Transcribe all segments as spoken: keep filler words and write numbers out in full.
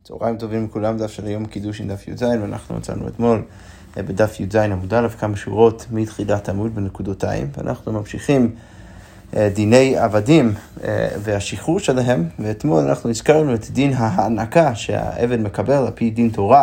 צהריים טובים לכולם, דף של היום קידוש עם דף י"ז, ואנחנו מצאנו אתמול בדף י"ז עמוד א' כמה שורות מתחילת עמוד בנקודותיים, ואנחנו ממשיכים דיני עבדים והשחרור שלהם, ואתמול אנחנו הזכרנו את דין ההענקה שהעבד מקבל על פי דין תורה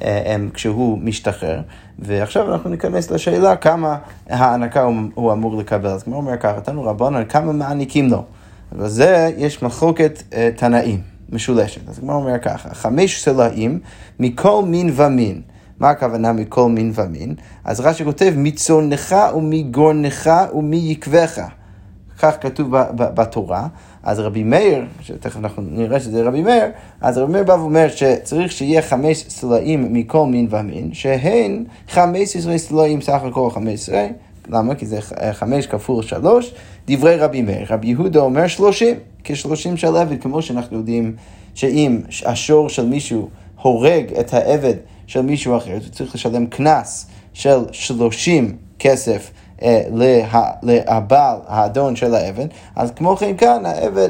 כשהוא משתחרר, ועכשיו אנחנו ניכנס לשאלה כמה הענקה הוא, הוא אמור לקבל. אז כמו אומר ככה, תנו רבנן כמה מעניקים לו, וזה יש מחלוקת תנאים משולשת. אז כמו אומר ככה, חמש סלעים מכל מין ומין. מה הכוונה מכל מין ומין? אז רש"י כותב מצונך ומגורנך ומיקבך. כך כתוב בתורה. אז רבי מאיר, שתכף אנחנו נראה שזה רבי מאיר, אז רבי מאיר בא ואומר שצריך שיהיה חמש סלעים מכל מין ומין, שהן חמש עשרה סלעים סך הכל חמש עשרה. למה? כי זה חמש כפול שלוש. דברי רבי מאיר. רבי יהודה אומר שלושים, כשלושים של עבד, כמו שאנחנו יודעים שאם השור של מישהו הורג את העבד של מישהו אחר, הוא צריך לשלם קנס של שלושים כסף אה, לה, לבעל, האדון של העבד. אז כמו כן כאן, העבד,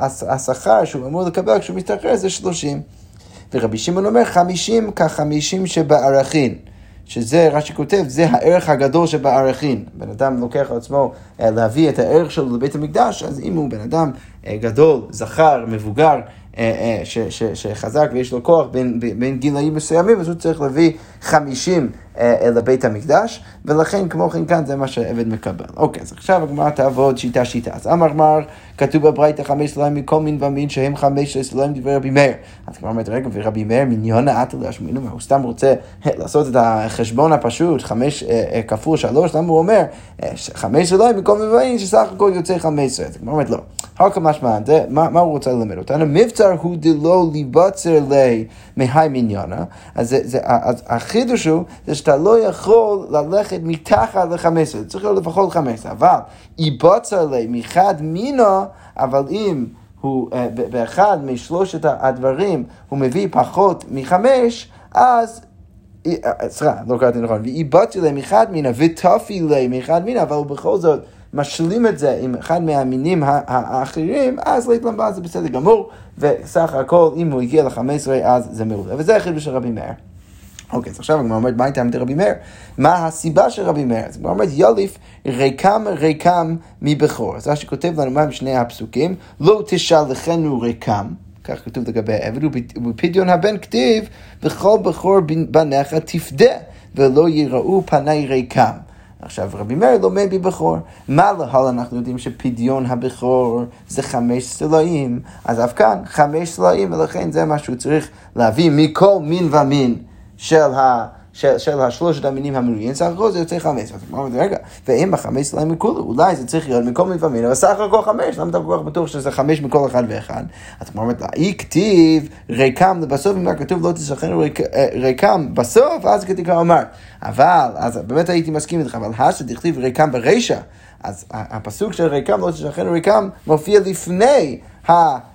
השכר שהוא אמור לקבל כשהוא משתחרר זה שלושים. ורבי שמעון אומר חמישים כחמישים שבערכין. שזה, רש"י כותב, זה הערך הגדול שבערכין. בן אדם לוקח על עצמו להביא את הערך שלו לבית המקדש, אז אם הוא בן אדם גדול, זכר, מבוגר, ש, ש, שחזק ויש לו כוח בין, בין גילאים מסוימים, אז הוא צריך להביא חמישים לבית המקדש, ולכן כמו כן כאן זה מה שהעבד מקבל. אוקיי, אז עכשיו הגמרא תעבוד שיטה שיטה. אז אמר גמר, כתוב בברייתא חמש סלעים מכל מין ומין, שהם חמש סלעים דברי רבי מאיר. אז כבר אומרת, רגע, ורבי מאיר מניונה עתה להשמינו, הוא סתם רוצה לעשות את החשבון הפשוט, חמש כפול שלוש, למה הוא אומר, חמש סלעים מכל מין ומין, שסך הכל יוצא חמש עשרה. אז כבר אומרת, לא. הכל משמע, מה, מה הוא רוצה ללמד אותנו? מבצר הוא דלא ליבצר לי מהי מניונה. אז, זה, זה, אז החידוש הוא, זה שאתה לא יכול ללכת מתחת ל-חמש עשרה, צריך להיות לפחות חמש עשרה, אבל ייבצר לי מחד מינו, אבל אם הוא באחד משלושת הדברים הוא מביא פחות מחמש, אז סליחה, לא קראתי נכון, וייבצר לי מחד מינו ותפי לי מחד מינו, אבל בכל זאת משלים את זה עם אחד מהמינים האחרים, אז להתלמבה זה בסדר גמור, וסך הכל אם הוא הגיע ל-חמש עשרה אז זה מעולה. וזה החידוש של רבי מאיר. אוקיי, אז עכשיו הגמרא אומרת, מה הייתה רבי מאיר? מה הסיבה של רבי מאיר? אז הגמרא אומרת, יוליף ריקם ריקם מבכור. אז רש"י כותב לנו מה בשני הפסוקים, לא תשלחנו ריקם, כך כתוב לגבי העבד, ובפדיון הבן כתיב, וכל בכור בניך תפדה, ולא יראו פני ריקם. עכשיו רבי מאיר לומד בבכור. מה להל אנחנו יודעים שפדיון הבכור זה חמש סלעים, אז אף כאן חמש סלעים, ולכן זה מה שהוא צריך להביא מכל מין ומין של ה... של, של השלושת המינים המנויים, סך הכל זה יוצא חמש. אז אמרנו, רגע, ואם החמש סלעים מכולו, אולי זה צריך להיות מכל מין ומין, אבל סך הכל חמש, למה אתה כל כך בטוח שזה חמש מכל אחד ואחד? אז אמרנו, אי כתיב ריקם לבסוף, אם כתוב לא תשכחנו ריק, ריקם בסוף, אז כתיקה אומר. אבל, אז באמת הייתי מסכים איתך, אבל השד תכתיב ריקם ברישה, אז הפסוק של ריקם לא תשכחנו ריקם מופיע לפני ה...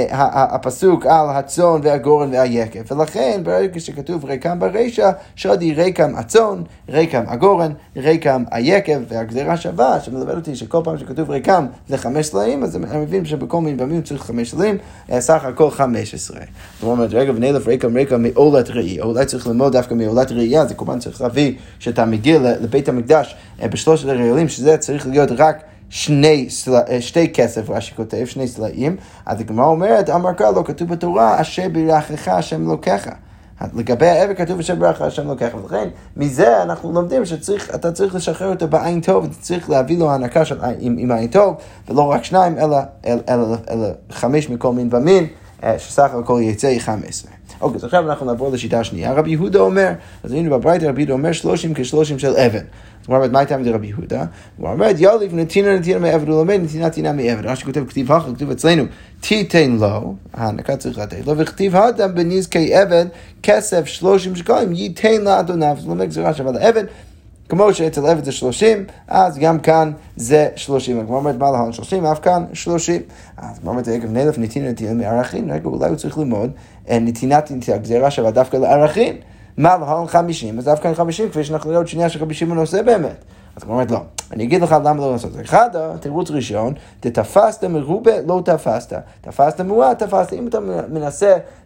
הפסוק על הצון והגורן והיקב, ולכן ברגע שכתוב ריקם ברישה, שדי ריקם הצון, ריקם הגורן, ריקם היקב, והגזירה שווה שמלמד אותי שכל פעם שכתוב ריקם זה חמש סלעים, אז אני מבין שבכל מין ומין צריך חמש סלעים, סך הכל חמש עשרה. זאת אומרת, רגע ונלף ריקם ריקם מעולת ראייה, אולי צריך ללמוד דווקא מעולת ראייה, זה כמובן צריך להביא שאתה מגיע לבית המקדש בשלושת הרעילים, שזה צריך להיות רק שני, שתי כסף, רש"י כותב, שני סלעים. אז הגמרא אומרת, אמר קרא, לא כתוב בתורה, אשר בירכך השם לוקחה. לגבי העבד כתוב אשר בירכך השם לוקחה. ולכן, מזה אנחנו לומדים שאתה צריך לשחרר אותו בעין טוב, אתה צריך להביא לו הענקה של, עם, עם עין טוב, ולא רק שניים, אלא, אלא, אלא, אלא חמש מכל מין ומין, שסך הכל יצא חמש עשרה. אוקיי, אז עכשיו אנחנו נעבור לשיטה השנייה. רבי יהודה אומר, אז הנה בברייתא רבי יהודה אומר שלושים כשלושים של אבן. הוא אומר, מה הייתה מדי רבי יהודה? הוא אומר, יוליף נתינה נתינה מעבד, הוא לומד נתינה נתינה מעבד. רש"י כותב, כתיב הכי, כתוב אצלנו, תיתן לו, ההנקה צריך לתת לו, וכתיב האדם בנזקי עבד, כסף שלושים שקלים, ייתן לאדוניו. זה לומד גזירה שווה לעבד, כמו שאצל עבד זה שלושים, אז גם כאן זה שלושים. כמו אומרת, מה להון שלושים, אף כאן שלושים. אז כמו אומרת, רגע, נלף נתינה נתינה מערכין, רגע, אולי הוא צריך ללמוד, נתינת גזירה שווה דווקא לערכין. מה להון חמישים, אז דווקא חמישים, כפי שאנחנו לראות שנייה שחמישים הוא עושה באמת. אז כמו אומרת, לא. אני אגיד לך למה לא לעשות. אחד, תירוץ ראשון, תתפסת מרובה, לא תפסת. תפסת מועט, תפסת. אם אתה מנסה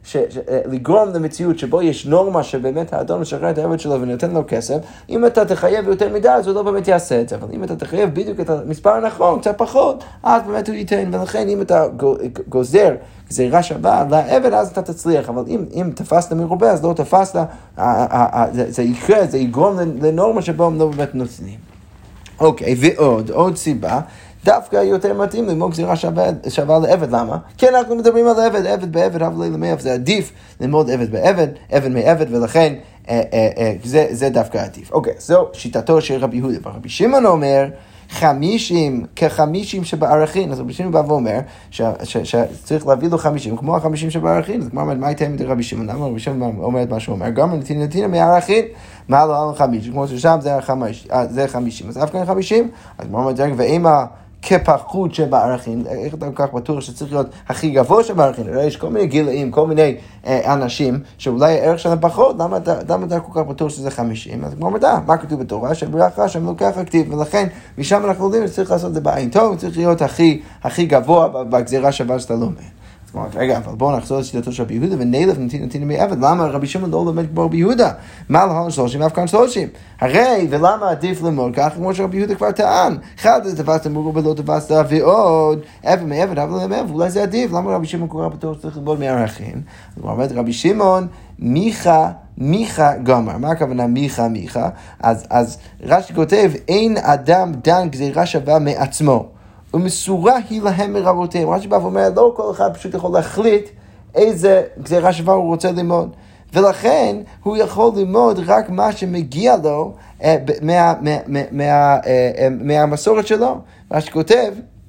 ש, ש, לגרום למציאות שבו יש נורמה שבאמת האדון משחרר את העבד שלו ונותן לו כסף, אם אתה תחייב יותר מדי, אז הוא לא באמת יעשה את זה, אבל אם אתה תחייב בדיוק את המספר הנכון, קצת פחות, אז באמת הוא ייתן, ולכן אם אתה גוזר גזירה שווה לעבד, אז אתה תצליח, אבל אם, אם תפסת מרובה, אז לא תפסת, זה, זה יקרה, זה יגרום לנורמה שבו הם לא באמת נותנים. אוקיי, ועוד, עוד סיבה, דווקא יותר מתאים ללמוד גזירה שווה, שווה לעבד. למה? כי אנחנו מדברים על עבד, עבד בעבד, אבל למאב, זה עדיף ללמוד עבד בעבד, עבד מעבד, ולכן אה, אה, אה, זה, זה דווקא עדיף. אוקיי, זו שיטתו של רבי יהודה. ורבי שמעון אומר, חמישים, כחמישים שבערכין. אז רבי שמעון בא ואומר, שצריך להביא לו חמישים, כמו החמישים שבערכין. אז כמו מה הייתה עם רבי שמעון? למה רבי שמעון אומר את מה שהוא אומר? גם נתינה נתינה מהערכין, מה לא על חמישים? כמו ששם זה חמישים. אז אף כאן חמישים, אז כמו אומר, ואימה, כפחות שבערכים, איך אתה כל כך בטוח שצריך להיות הכי גבוה שבערכים? יש כל מיני גילאים, כל מיני אה, אנשים שאולי הערך שלהם פחות, למה אתה, למה אתה כל כך בטוח שזה חמישים? אז כמו מדע, מה כתוב בתורה? שברכה שם לוקח אקטיב, ולכן משם אנחנו יודעים שצריך לעשות את זה בעין טוב, צריך להיות הכי, הכי גבוה בגזירה שווה שאתה לומד. רגע, אבל בואו נחזור לשיטתו של רבי יהודה, ונלך נתינה נתינה מעבד. למה רבי שמעון לא לומד כמו רבי יהודה? מה להלן שלושים ואף כאן שלושים? הרי, ולמה עדיף ללמוד ככה כמו שרבי יהודה כבר טען? אחד, תפסת מרובה ולא תפסת, ועוד, עבד מעבד, אבל למעבד, ואולי זה עדיף. למה רבי שמעון קורא בתור שצריך ללמוד מערכים? אז הוא אומר, רבי שמעון, מיכה, מיכה גמר. מה הכוונה מיכה, מיכה? אז, אז רש"י כותב, אין אדם דן גזירה שווה מעצמו. ומסורה היא להם מרבותיהם. רש"י בא ואומר, לא כל אחד פשוט יכול להחליט איזה גזירה שווה הוא רוצה ללמוד. ולכן הוא יכול ללמוד רק מה שמגיע לו אה, מה, מה, מה, מה, אה, מהמסורת שלו. רש"י כותב,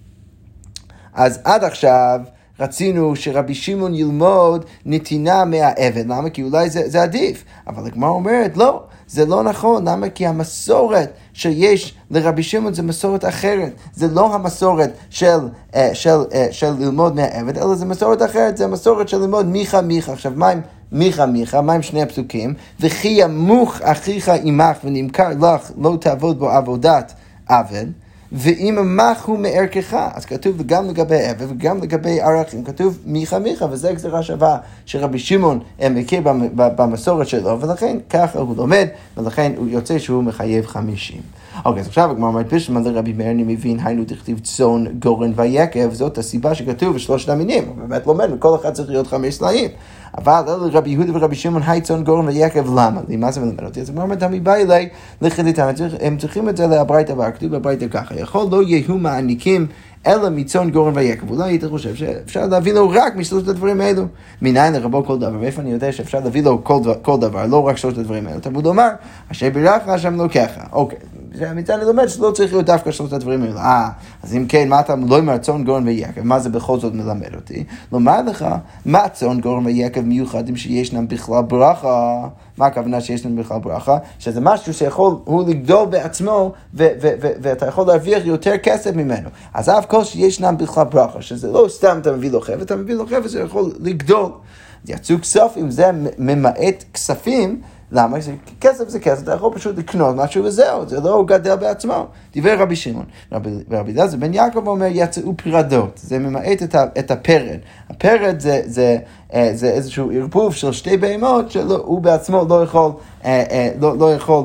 אז עד עכשיו רצינו שרבי שמעון ילמוד נתינה מהעבד. למה? כי אולי זה, זה עדיף. אבל הגמרא אומרת, לא, זה לא נכון. למה? כי המסורת שיש לרבי שמעון זה מסורת אחרת. זה לא המסורת של, של, של ללמוד מהעבד, אלא זה מסורת אחרת. זה המסורת של ללמוד מיכה מיכה. עכשיו, מה עם מיכה מיכה? מה עם שני הפסוקים? וכי ימוך אחיך עמך ונמכר לך לא תעבוד בו עבודת עבד. ואם אמך הוא מערכך, אז כתוב גם לגבי עבד וגם לגבי ערכים, כתוב מיכה מיכה, וזה גזירה שווה שרבי שמעון מכיר במסורת שלו, ולכן ככה הוא לומד, ולכן הוא יוצא שהוא מחייב חמישים. אוקיי, אז עכשיו הגמרא אומרת, בשביל מה לרבי מאיר אני מבין, היינו תכתיב צאן, גורן ויקב, זאת הסיבה שכתוב בשלושת המינים, הוא באמת לומד, וכל אחד צריך להיות חמש סלעים. אבל רבי יהודה ורבי שמעון, היי צאן, גורן ויקב, למה? למה זה מלמד אותי? אז הגמרא אומרת, מי בא אליי לחידתם, הם צריכים את זה להברייתא הבאה, כתוב בברייתא ככה, יכול לא יהיו מעניקים אלא מצאן גורן ויקב. אולי היית חושב שאפשר להביא לו רק משלושת הדברים האלו. מניין לרבו כל דבר, ואיפה אני יודע שאפשר להביא לו כל, כל דבר, לא רק שלושת הדברים האלו. תבוא לומר, אשר בירך השם לא ככה. אוקיי, מצאן ללמד שלא צריך להיות דווקא שלושת הדברים האלו. אה, אז אם כן, מה אתה לא אומר צאן גורן ויקב? מה זה בכל זאת מלמד אותי? לומר לך, מה צאן גורן ויקב מיוחדים שישנם בכלל ברכה? מה הכוונה שיש לנו בכלל ברכה? שזה משהו שיכול הוא לגדול בעצמו, ו- ו- ו- ואתה יכול להרוויח יותר כסף ממנו. אז אף כל שישנם בכלל ברכה, שזה לא סתם אתה מביא לו חפץ, אתה מביא לו חפץ, זה יכול לגדול. יצאו כספים, זה ממעט כספים, למה? כסף זה כסף, אתה יכול פשוט לקנות משהו וזהו, זה לא גדל בעצמו. דיבר רבי שמעון, ורבי אלעזר בן יעקב אומר, יצאו פרדות, זה ממעט את, את הפרד. הפרד זה, זה, זה איזשהו ערבוב של שתי בהמות, שהוא בעצמו לא יכול, לא, לא יכול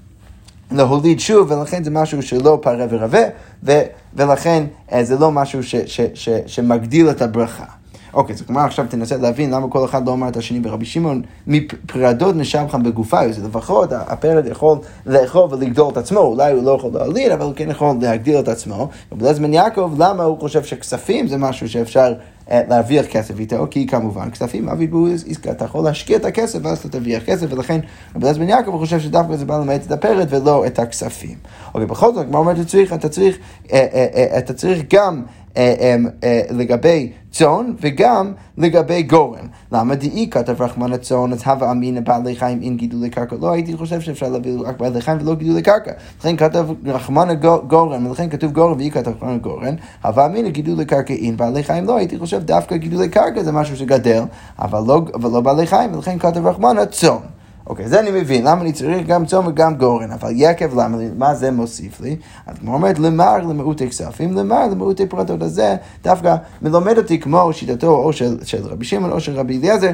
להוליד שוב, ולכן זה משהו שלא פרה ורבה, ו, ולכן זה לא משהו ש, ש, ש, שמגדיל את הברכה. אוקיי, אז כלומר עכשיו תנסה להבין למה כל אחד לא אומר את השני ברבי שמעון, מפרדות נשבחם בגופה, זה לפחות הפרד יכול לאכול ולגדול את עצמו, אולי הוא לא יכול להוליד, אבל הוא כן יכול להגדיל את עצמו. רבי אלעזר בן יעקב, למה הוא חושב שכספים זה משהו שאפשר להרוויח כסף איתו? כי כמובן כספים, אביד בו עסקה, אתה יכול להשקיע את הכסף ואז אתה תרוויח כסף, ולכן רבי אלעזר בן יעקב חושב שדווקא זה בא למעט את הפרד ולא את הכספים. אוקיי, בכל זאת, כמו אומרת, אתה צריך, אתה צריך, אתה צריך גם לגבי צאן וגם לגבי גורן. למה דאי כתב רחמן הצאן, אז הווה אמינא בעלי חיים אין גידולי קרקע? לא הייתי חושב שאפשר להביא רק בעלי חיים ולא גידולי קרקע. לכן כתב רחמן גורן, ולכן כתוב גורן ואי כתב רחמן גורן, הווה אמינא גידולי קרקע אין בעלי חיים. לא הייתי חושב דווקא גידולי קרקע זה משהו שגדל, אבל לא, אבל לא בעלי חיים, ולכן כתב רחמן הצאן. אוקיי, זה אני מבין, למה אני צריך גם צום וגם גורן, אבל יקב למה, מה זה מוסיף לי? אז כמו אומרת, למר למעוטי כספים, למר למעוטי פרטות, אז זה דווקא מלומד אותי כמו שיטתו או של, של רבי שמעון או של רבי אליעזר,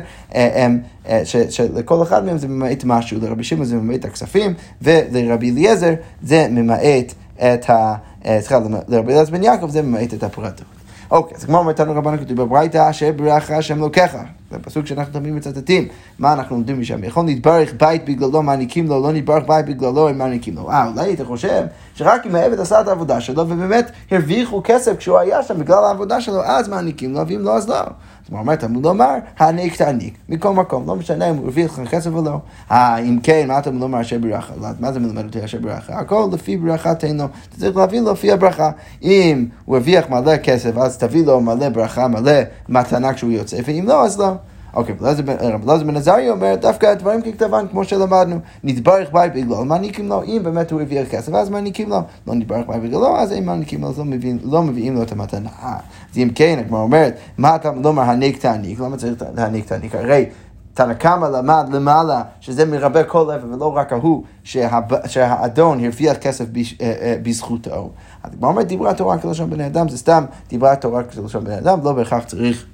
שלכל אחד מהם זה ממעט משהו, לרבי שמעון זה ממעט הכספים, ולרבי אליעזר זה ממעט את ה... סליחה, לרבי אליעזר בן יעקב זה ממעט את הפרטות. אוקיי, אז כמו אומרתנו רבנו כתוב בברייתא, שברכה השם לוקחה. זה פסוק שאנחנו תמיד מצטטים. מה אנחנו לומדים משם? יכול נתברך בית בגללו, מעניקים לו, לא נתברך בית בגללו, הם מעניקים לו. אה, אולי אתה חושב שרק אם העבד עשה את העבודה שלו, ובאמת הרוויחו כסף כשהוא היה שם בגלל העבודה שלו, אז מעניקים לו, ואם לא, אז לא. אז הוא אומר, תמוד לומר, העניק תעניק, מכל מקום, לא משנה אם הוא הרוויח לך כסף או לא. אה, אם כן, מה אתה לומר אשר ברכה? מה זה מלמד אותי אשר ברכה? הכל לפי ברכה תן לו, אתה צריך להביא לו לפי הברכה. אם הוא הרוויח מלא כסף, אז תביא לו מלא ברכה, מלא מתנה כשהוא יוצא, ואם לא, אז לא. אוקיי, רב אלעזר בן עזריה אומר, דווקא הדברים ככתבן, כמו שלמדנו, נתברך בית בגללו, מעניקים לו, אם באמת הוא הרוויח כסף, אז מעניקים לו, לא נתברך בית בגללו, אז אם מעניקים לו, לא מביאים לו את המתנה. אז אם כן, כמו אומרת, מה אתה לא אומר, העניק תעניק, למה צריך להעניק תעניק? הרי תנא קמא למד למעלה, שזה מרבה כל לב, ולא רק ההוא, שהאדון הרוויח כסף בזכותו. אז כמו אומרת, דיברה תורה כלשון בני אדם, זה סתם דיברה תורה כלשון בני אדם, לא בהכרח צריך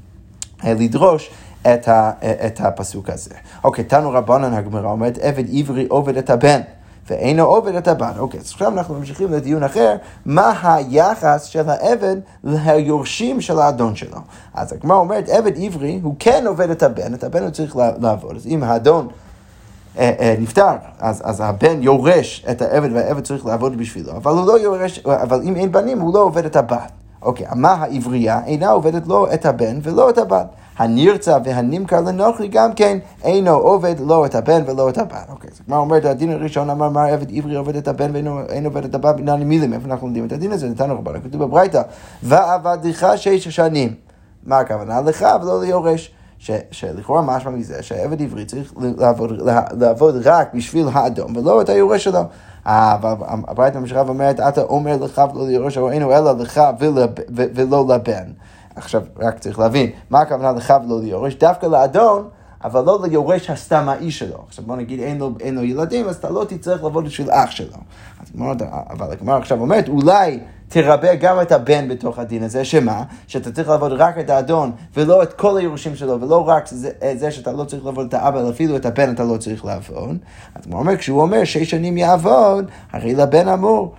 לדרוש את, ה, את הפסוק הזה. אוקיי, תנו רבנן הגמרא אומרת, עבד עברי עובד את הבן, ואינו עובד את הבן. אוקיי, אז עכשיו אנחנו ממשיכים לדיון אחר, מה היחס של העבד ליורשים של האדון שלו. אז הגמרא אומרת, עבד עברי הוא כן עובד את הבן, את הבן הוא צריך לעבוד. אז אם האדון אה, אה, נפטר, אז, אז הבן יורש את העבד, והעבד צריך לעבוד בשבילו, אבל הוא לא יורש, אבל אם אין בנים, הוא לא עובד את הבת. אוקיי, מה העברייה? אינה עובדת לא את הבן ולא את הבת. הנרצה והנמכר לנוכרי גם כן אינו עובד לא את הבן ולא את הבת. אוקיי, אז כמו אומרת, הדין הראשון אמר, מה עבד עברי עובד את הבן ואינו עובד את הבת, בנני מילים, איפה אנחנו לומדים את הדין הזה? נתנו רבנן, כתוב בברייתא, ועבדך שש שנים. מה הכוונה? לך ולא ליורש. שלכאורה משמע מזה שהעבד עברי צריך לעבוד, לעבוד רק בשביל האדון ולא את היורש שלו. אבל הברייתא ממשיכה ואומרת, אתה אומר לך ולא ליורש, או אינו אלא לך ולא לבן. עכשיו רק צריך להבין, מה הכוונה לך ולא ליורש? דווקא לאדון, אבל לא ליורש הסתמאי שלו. עכשיו בוא נגיד, אין לו, אין לו ילדים, אז אתה לא תצטרך לעבוד בשביל אח שלו. אבל הגמרא עכשיו אומרת, אולי תרבה גם את הבן בתוך הדין הזה, שמה? שאתה צריך לעבוד רק את האדון, ולא את כל היורשים שלו, ולא רק זה, זה שאתה לא צריך לעבוד את האבא, אפילו את הבן אתה לא צריך לעבוד. אז הוא אומר, כשהוא אומר שש שנים יעבוד, הרי לבן אמור,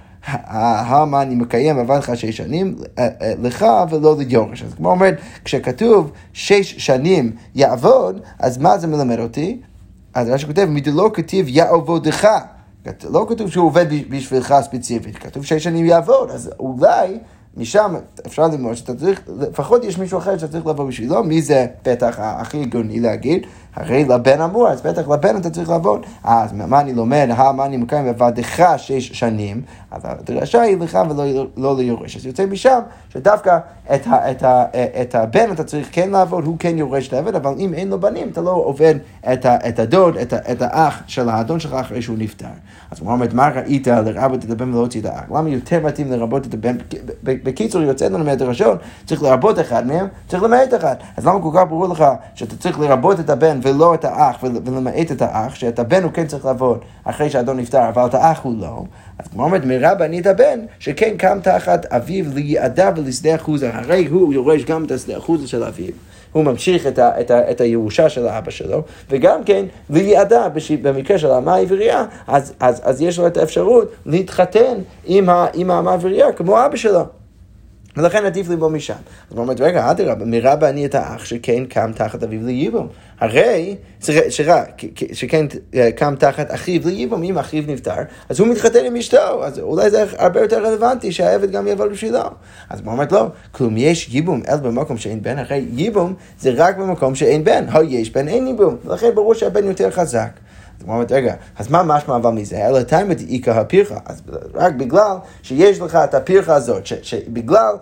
המה אני מקיים עבדך שש שנים לך ולא ליורש. אז כמו אומרת, כשכתוב שש שנים יעבוד, אז מה זה מלמד אותי? אז רש"י כותב, מדלא כתיב יעבודך. לא כתוב שהוא עובד בשבילך ספציפית, כתוב שש שנים יעבוד, אז אולי משם אפשר ללמוד שאתה צריך, לפחות יש מישהו אחר שאתה צריך לבוא בשבילו, מי זה בטח הכי גאוני להגיד? הרי לבן אמור, אז בטח לבן אתה צריך לעבוד. אז מה אני לומד, מה אני מקיים ועבדך שש שנים, אז הדרשה היא לך ולא לא ליורש. אז יוצא משם שדווקא את, ה, את, ה, את הבן אתה צריך כן לעבוד, הוא כן יורש את העבד, אבל אם אין לו בנים, אתה לא עובד את, ה, את הדוד, את, ה, את האח של האדון שלך אחרי שהוא נפטר. אז הוא אומר, מה ראית לרבות את הבן ולא הוציא את האח? למה יותר מתאים לרבות את הבן? בקיצור, יוצא לנו מהדרשות, צריך לרבות אחד מהם, צריך למעט אחד. אז למה כל כך ברור לך שאתה צריך לרבות את הבן ולא את האח, ולמעט את האח, שאת הבן הוא כן צריך לעבוד אחרי שהאדון נפטר, אבל את האח הוא לא. אז כמו אומרת, מרבה אני את הבן, שכן קם תחת אביו ליעדה ולשדה אחוזה, הרי הוא יורש גם את השדה אחוזה של אביו. הוא ממשיך את, ה, את, ה, את הירושה של האבא שלו, וגם כן ליעדה, במקרה של האמה העברייה, אז, אז, אז יש לו את האפשרות להתחתן עם, ה, עם האמה העברייה, כמו אבא שלו. ולכן עדיף לבוא משם. אז הוא אומר, רגע, אדרבה, מרבה אני את האח שכן קם תחת אביו לייבום. הרי, שרה, שכן קם תחת אחיו לייבום, אם אחיו נפטר, אז הוא מתחתן עם אשתו, אז אולי זה הרבה יותר רלוונטי שהעבד גם יעבוד בשבילו. אז הוא אומר, לא, כלום יש ייבום אל במקום שאין בן, הרי ייבום זה רק במקום שאין בן, הו יש בן, אין ייבום, ולכן ברור שהבן יותר חזק. אז הוא אומר, רגע, אז מה משמע אבל מזה? אלא תימת איקה הפרחה, אז רק בגלל שיש לך את הפרחה הזאת, שבגלל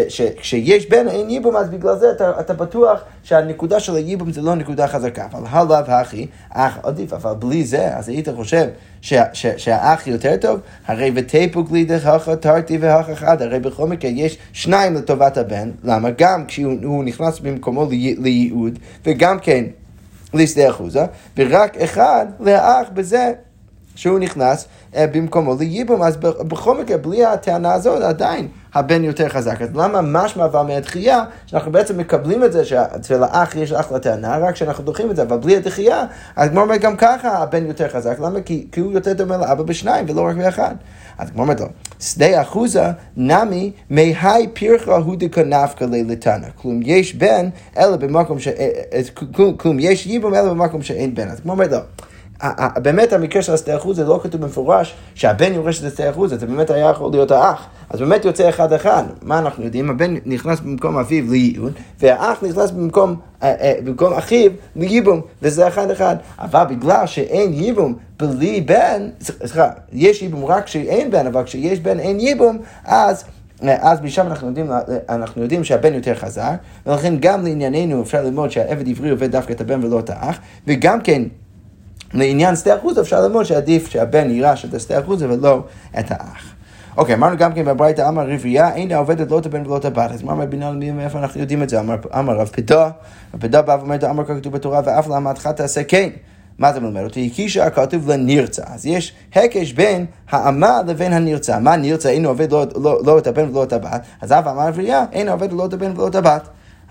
שיש בן אין ייבום, אז בגלל זה אתה, אתה בטוח שהנקודה של הייבום זה לא נקודה חזקה, אבל הלאו האחי, אח עדיף, אבל בלי זה, אז היית חושב שה, ש, שהאח יותר טוב, הרי ותיפוק לי דרך תרתי והאח אחד, הרי בכל מקרה יש שניים לטובת הבן, למה? גם כשהוא נכנס במקומו לייעוד, וגם כן, לשדה אחוזה, ורק אחד לאח בזה שהוא נכנס במקומו לייבום. אז בכל מקרה, בלי הטענה הזאת, עדיין הבן יותר חזק. אז למה משמע אבל מהדחייה, שאנחנו בעצם מקבלים את זה, שאצל האח יש אח לטענה, רק שאנחנו דוחים את זה, אבל בלי הדחייה, אז כמו אומרת, גם ככה הבן יותר חזק. למה? כי, כי הוא יותר דומה לאבא בשניים, ולא רק באחד. אז כמו אומרת לו, שדה אחוזה נמי מהי פירחה הוא דקנפקא ללתנא. כלום יש בן, אלא במקום ש... כלום יש ייבום, אלא במקום שאין בן. אז כמו אומרת לו, באמת המקרה של השתי אחוז זה לא כתוב במפורש שהבן יורש את השתי אחוז, זה באמת היה יכול להיות האח, אז באמת יוצא אחד אחד. מה אנחנו יודעים? הבן נכנס במקום אביו לייעון, והאח נכנס במקום, במקום אחיו לייבום, וזה אחד אחד. אבל בגלל שאין ייבום בלי בן, סליחה, יש ייבום רק כשאין בן, אבל כשיש בן אין ייבום, אז אז משם אנחנו יודעים, אנחנו יודעים שהבן יותר חזק, ולכן גם לענייננו אפשר ללמוד שהעבד עברי עובד דווקא את הבן ולא את האח, וגם כן לעניין שתי אחוז אפשר ללמוד שעדיף שהבן יירש את השתי אחוז ולא את האח. אוקיי, אמרנו גם כן בברייתא אמר רבייה, אין העובדת לא את הבן ולא את הבת. אז מה אומר בינם לבין מאיפה אנחנו יודעים את זה? אמר, אמר רב פדה, רב פדה בא ואומר, אמר כתוב בתורה, ואף למדך תעשה כן. מה זה מלמד אותי? כי שהכתוב לנרצה. אז יש הקש בין האמה לבין הנרצה. מה נרצה? אין עובד לא, לא, לא את הבן ולא את הבת. אז אף אמר רבייה, אין עובד לא את הבן ולא את הבת.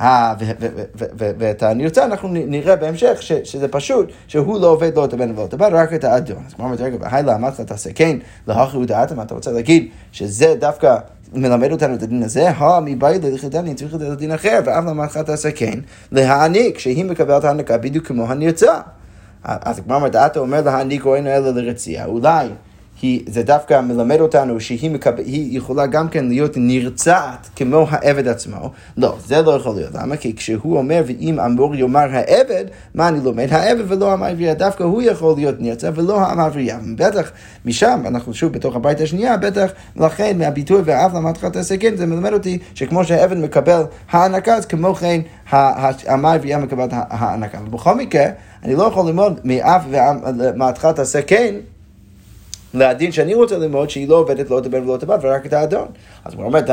ואת הנרצה אנחנו נראה בהמשך שזה פשוט, שהוא לא עובד לא את הבן ולא את הבת, רק את האדון. אז כמו אומרת, רגע, והי לאמתך תעשה כן, להכי ודעת, מה אתה רוצה להגיד שזה דווקא מלמד אותנו את הדין הזה? ها, מבאי ללכידה, אני צריך את הדין אחר, ואף לאמתך תעשה כן, להעניק, שהיא מקבלת ההנקה בדיוק כמו הנרצה. אז כמו אומרת, אתה אומר להעניק או אין אלא לרצייה, אולי היא, זה דווקא מלמד אותנו שהיא מקבל, היא יכולה גם כן להיות נרצעת כמו העבד עצמו. לא, זה לא יכול להיות. למה? כי כשהוא אומר, ואם אמור יאמר העבד, מה אני לומד? העבד ולא המעברייה. דווקא הוא יכול להיות נרצע ולא המעברייה. בטח, משם, אנחנו שוב בתוך הבית השנייה, בטח, לכן מהביטוי ואף למדך תעשה כן, זה מלמד אותי שכמו שהעבד מקבל הענקה, אז כמו כן המעברייה מקבל הענקה. ובכל מקרה, אני לא יכול ללמוד מאף ולמדך תעשה כן, לדין שאני רוצה ללמוד שהיא לא עובדת לא את הבן ולא את הבת ורק את האדון. אז הוא אומרת,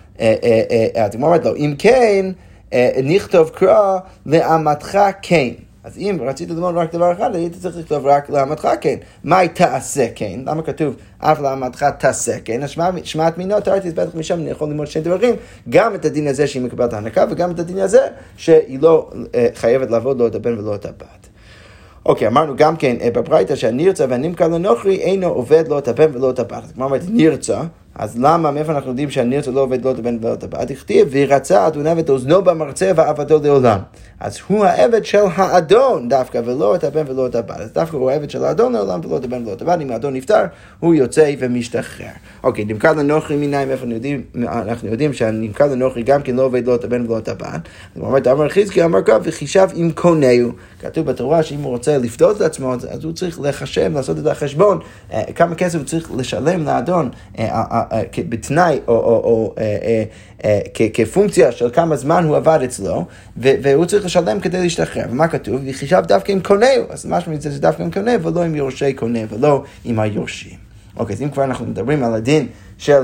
אז הוא אומרת לו, אם כן, נכתוב קרא לאמתך כן. אז אם רציתי ללמוד רק דבר אחד, הייתי צריך לכתוב רק לאמתך כן. מה היא תעשה כן? למה כתוב אף לאמתך תעשה כן? אז שמעת מינו, תראיתי, אז בטח משם אני יכול ללמוד שני דברים, גם את הדין הזה שהיא מקבלת ההנקה, וגם את הדין הזה שהיא לא חייבת לעבוד לא את הבן ולא את הבת. אוקיי, אמרנו גם כן בברייתא שהנרצה והנמכר לנוכרי אינו עובד לא את הבן ולא את הבת. כמו אומרת, נרצה, אז למה, מאיפה אנחנו יודעים שהנרצה לא עובד לא את הבן ולא את הבת? הכתיב, וירצה אדוניו את אוזנו במרצה ועבדו לעולם. אז הוא העבד של האדון דווקא, ולא את הבן ולא את הבת. אז דווקא הוא העבד של האדון לעולם ולא את הבן ולא את הבת. אם האדון נפטר, הוא יוצא ומשתחרר. אוקיי, נמכר לנוכרי מיניים, מאיפה אנחנו יודעים שהנמכר לנוכרי גם כן לא עובד לא את הבן ולא את הבת. זאת אומרת, אמר חזקי, אמר קרא, וחישב עם קונהו. כתוב בתורה שאם הוא רוצה לפדות את עצמו, אז הוא צריך לחשב, לעשות את החשבון, כמה כסף הוא צריך לשלם לאדון, בתנאי או כפונקציה של כמה זמן הוא עבד אצלו, והוא צריך לשלם כדי להשתחרר. ומה כתוב? וחישב דווקא עם קונהו. אז משהו מזה זה דווקא עם קונהו, ולא עם יורשי קונהו, ולא עם היורשים. אוקיי, אז אם כבר אנחנו מדברים על הדין של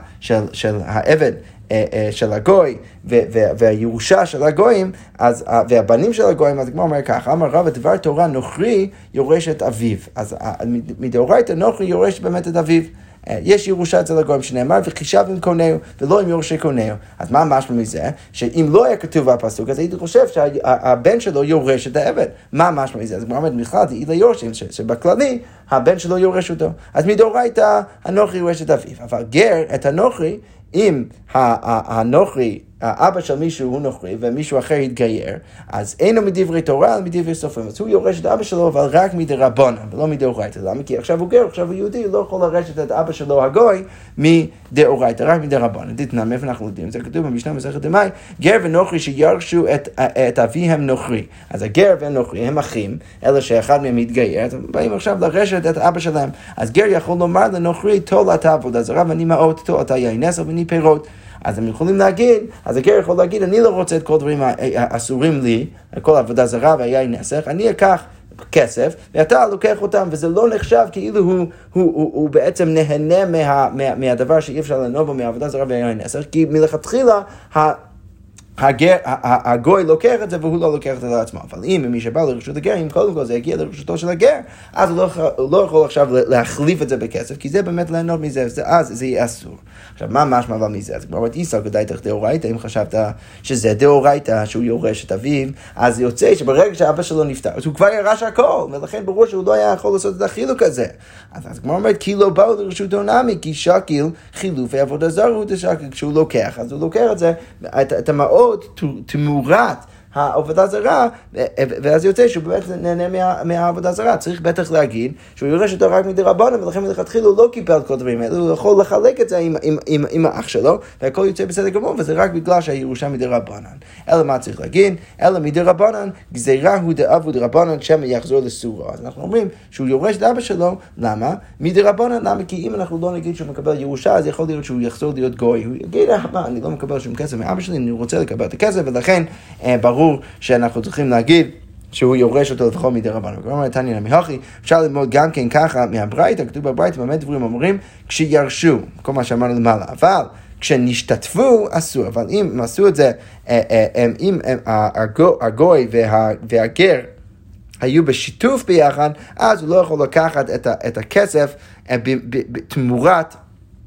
העבד, של הגוי והירושה של הגויים, אז והבנים של הגויים, אז כמו אומר ככה, אמר רב, דבר תורה נוכרי יורש את אביו. אז מדאורייתא נוכרי יורש באמת את אביו. יש ירושה אצל הגויים שנאמר, וחישב עם קונהו, ולא עם יורשי קונהו. אז מה משמע מזה? שאם לא היה כתוב בפסוק, אז הייתי חושב שהבן שלו יורש את העבד. מה משמע מזה? אז כמו אומרת, בכלל, זה אילה יורשים, שבכללי, הבן שלו יורש אותו. אז מדאורייתא, הנוכרי יורש את אביו. אבל גר את הנוכרי, אם הנוכרי, האבא של מישהו הוא נוכרי, ומישהו אחר התגייר, אז אינו מדברי תורה, אלא מדברי סופרים. אז הוא יורש את אבא שלו, אבל רק מדרבנן, ולא מדאורייתא. למה? כי עכשיו הוא גר, עכשיו הוא יהודי, הוא לא יכול לרשת את אבא שלו הגוי מדאורייתא, רק מדרבנן. דתנן, מאיפה אנחנו יודעים? זה כתוב במשנה מסכת דמאי, גר ונוכרי שירשו את, את אביהם נוכרי. אז הגר והנוכרי הם אחים, אלא שאחד מהם התגייר, אז הם באים עכשיו לרשת את אבא שלהם. אז גר יכול לומר לנוכרי, תול אתה עבודה זרה, ואני מעות, תול אתה יין נסר ואני פירות. אז הם יכולים להגיד, אז הגר יכול להגיד, אני לא רוצה את כל דברים האסורים לי, כל עבודה זרה והיין נסך, אני אקח כסף, ואתה לוקח אותם, וזה לא נחשב כאילו הוא, הוא, הוא, הוא בעצם נהנה מה, מה, מהדבר שאי אפשר לנובו מהעבודה זרה והיין נסך, כי מלכתחילה, הגר, הגוי לוקח את זה והוא לא לוקח את זה לעצמו. אבל אם מי שבא לרשות הגר, אם קודם כל זה יגיע לרשותו של הגר, אז הוא לא, הוא לא יכול עכשיו להחליף את זה בכסף, כי זה באמת ליהנות מזה, אז זה יהיה אסור. עכשיו, מה משמע אבל מזה? אז כבר איסר גדייתך דאורייתא, אם חשבת שזה דאורייתא, שהוא יורש את אביו, אז יוצא שברגע שאבא שלו נפטר, אז הוא כבר ירש הכל, ולכן ברור שהוא לא היה יכול לעשות את החילוק הזה. אז כבר אומרת, כי לא באו לרשותו נמי, כי שקיל חילופי עבודה זרה הוא תשקיל, כשהוא לוקח, אז הוא לוקח את זה, את, את המעות תמורת העבודה זרה, ואז יוצא שהוא באמת נהנה מה, מהעבודה זרה. צריך בטח להגיד שהוא יורש אותו רק מדרבנן, ולכן מלכתחילה הוא לא קיבל כל דברים האלה, הוא יכול לחלק את זה עם, עם, עם, עם האח שלו, והכל יוצא בסדר גמור, וזה רק בגלל שהירושה מדרבנן. אלא מה צריך להגיד? אלא מדרבנן, גזירה הוא דאב ודרבנן שמא יחזור לסורו. אז אנחנו אומרים שהוא יורש את אבא שלו, למה? מדרבנן, למה? כי אם אנחנו לא נגיד שהוא מקבל ירושה, אז יכול להיות שהוא יחזור להיות גוי. הוא יגיד, מה, אני לא מקבל שום כסף מאבא שלי, אני רוצה לקבל את הכסף, ולכן ברור שאנחנו צריכים להגיד שהוא יורש אותו לפחות מדי רבנו. כלומר, תניא נמי, אפשר ללמוד גם כן ככה מהברייתא, כתוב בברייתא, באמת דברים אומרים, כשירשו, כל מה שאמרנו למעלה, אבל כשנשתתפו, אסור. אבל אם הם עשו את זה, אם הגוי והגר היו בשיתוף ביחד, אז הוא לא יכול לקחת את הכסף תמורת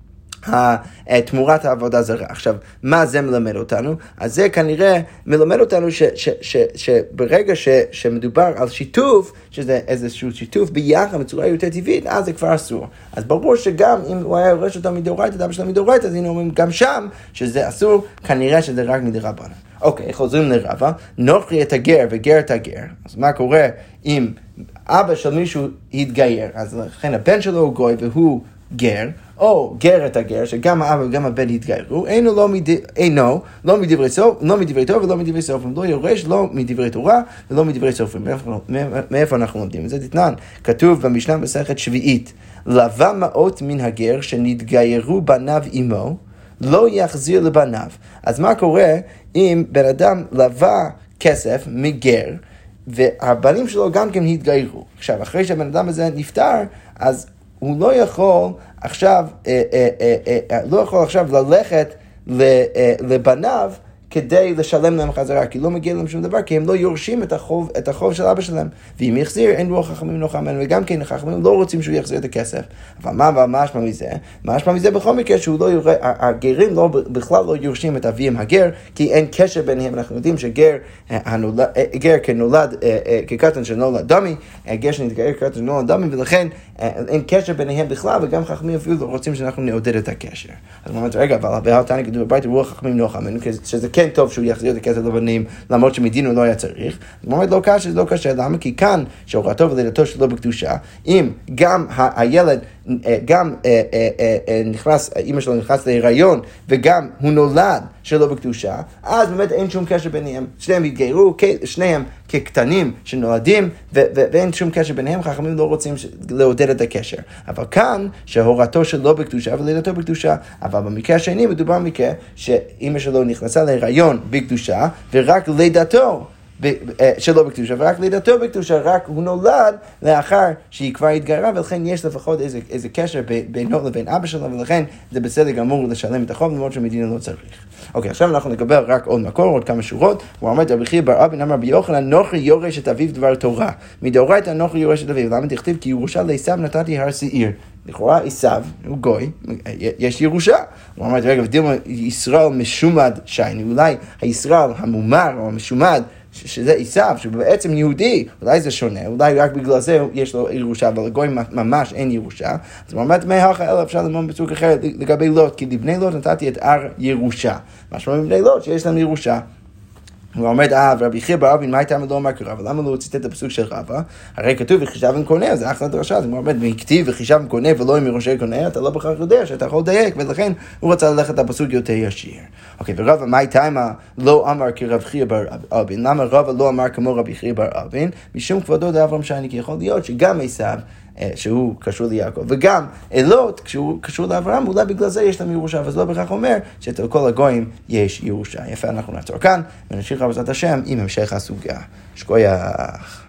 תמורת העבודה זרה. עכשיו, מה זה מלמד אותנו? אז זה כנראה מלמד אותנו ש, ש, ש, שברגע ש, שמדובר על שיתוף, שזה איזשהו שיתוף ביחד בצורה יותר טבעית, אז זה כבר אסור. אז ברור שגם אם הוא היה יורש אותו מדאורייתא, אבא שלו מדאורייתא, אז הנה אומרים גם שם שזה אסור, כנראה שזה רק מדרבנן. אוקיי, חוזרים לרבא, נוכרי את הגר וגר את הגר. אז מה קורה אם אבא של מישהו התגייר? אז לכן הבן שלו הוא גוי והוא גר, או גר את הגר, שגם האבא וגם הבן התגיירו, אינו לא, מד... אינו, לא מדברי סוף, לא מדברי טוב ולא מדברי סופים, לא יורש, לא מדברי תורה ולא מדברי סופים. מאיפה, מאיפה אנחנו לומדים? זה תתנן, כתוב במשנה מסכת שביעית, לווה מעות מן הגר שנתגיירו בניו עמו, לא יחזיר לבניו. אז מה קורה אם בן אדם לווה כסף מגר, והבנים שלו גם כן התגיירו? עכשיו, אחרי שהבן אדם הזה נפטר, אז הוא לא יכול עכשיו, אה, אה, אה, אה, לא יכול עכשיו ללכת לבניו כדי לשלם להם חזרה, כי לא מגיע להם שום דבר, כי הם לא יורשים את החוב, את החוב של אבא שלהם. ואם יחזיר, אין רוח חכמים נוחה ממנו, וגם כן החכמים לא רוצים שהוא יחזיר את הכסף. אבל מה, מה משמע מזה? מה משמע מזה בכל מקרה שהוא לא יורש, הגרים לא, בכלל לא יורשים את אביהם הגר, כי אין קשר ביניהם. אנחנו יודעים שגר, הנולד, גר כנולד, כקטן שנולד דמי, גר שנתגר כקטן שנולד דמי, ולכן אין קשר ביניהם בכלל, וגם חכמים אפילו לא רוצים שאנחנו נעודד את הקשר. אז אומרת, רגע, אבל בהתניא כתוב בבית, רוח חכמים נוחה ממנו, שזה כן טוב שהוא יחזיר את הכסף לבנים, למרות שמדינו לא היה צריך. זאת אומרת, לא קשה, זה לא קשה. למה? כי כאן, שהורתו ולידתו שלו בקדושה, אם גם הילד, גם נכנס, אמא שלו נכנס להיריון, וגם הוא נולד שלא בקדושה, אז באמת אין שום קשר ביניהם. שניהם התגיירו, שניהם כקטנים שנולדים, ואין שום קשר ביניהם, חכמים לא רוצים לעודד את הקשר. אבל כאן, שהורתו שלו בקדושה ולידתו בקדושה, אבל במקרה השני מדובר במקרה שאמא שלו נכנסה להיריון בקדושה, ורק לידתו שלא בקדושה, ורק לידתו בקדושה, רק הוא נולד לאחר שהיא כבר התגיירה, ולכן יש לפחות איזה, איזה קשר בינו לבין אבא שלו, ולכן זה בסדר גמור לשלם את החוב, למרות שהמדינה לא צריך. אוקיי, עכשיו אנחנו נקבל רק עוד מקור, עוד כמה שורות. הוא אומר, רבי חייא בר אבן אמר רבי יוחנן, נוכרי יורש את אביו דבר תורה. מדאורייתא נוכרי יורש את אביו. למה תכתיב? כי ירושה לעשיו נתתי הר שעיר. לכאורה עשיו, הוא גוי, יש ירושה. הוא אומר, רגע, ודילמה ישראל משומד שייני, אולי הישראל המומר או המשומד, שזה עשיו, שהוא בעצם יהודי, אולי זה שונה, אולי רק בגלל זה יש לו ירושה, אבל לגוי ממש אין ירושה. אז הוא אומר, מהכה אלא אפשר ללמוד בפסוק אחר לגבי לוט, כי לבני לוט נתתי את הר ירושה. משמע מבני לוט שיש להם ירושה. הוא אומר, אה, ורבי חייא בר אבן, מה הייתה לא אמר כרבא? למה לא ציטט את הפסוק של רבא? הרי כתוב וחישב וקונה, זה אחלה דרשה. אז הוא אומר, מכתיב וחישב וקונה ולא עם ירושי קונה, אתה לא בכך יודע שאתה יכול לדייק, ולכן הוא רצה ללכת לפסוק יותר ישיר. אוקיי, ורבא, מה הייתה לא אמר כרב חייא בר אבן? למה רבא לא אמר כמו רבי חייא בר אבן? משום כבודו דאברהם שייני, כי יכול להיות שגם עשיו שהוא קשור ליעקב, וגם לוט, כשהוא קשור לאברהם, אולי בגלל זה יש להם ירושה, וזה לא בכך אומר שלכל הגויים יש ירושה. יפה, אנחנו נעצור כאן, ונמשיך בעזרת השם עם המשך הסוגיה. שכוייח.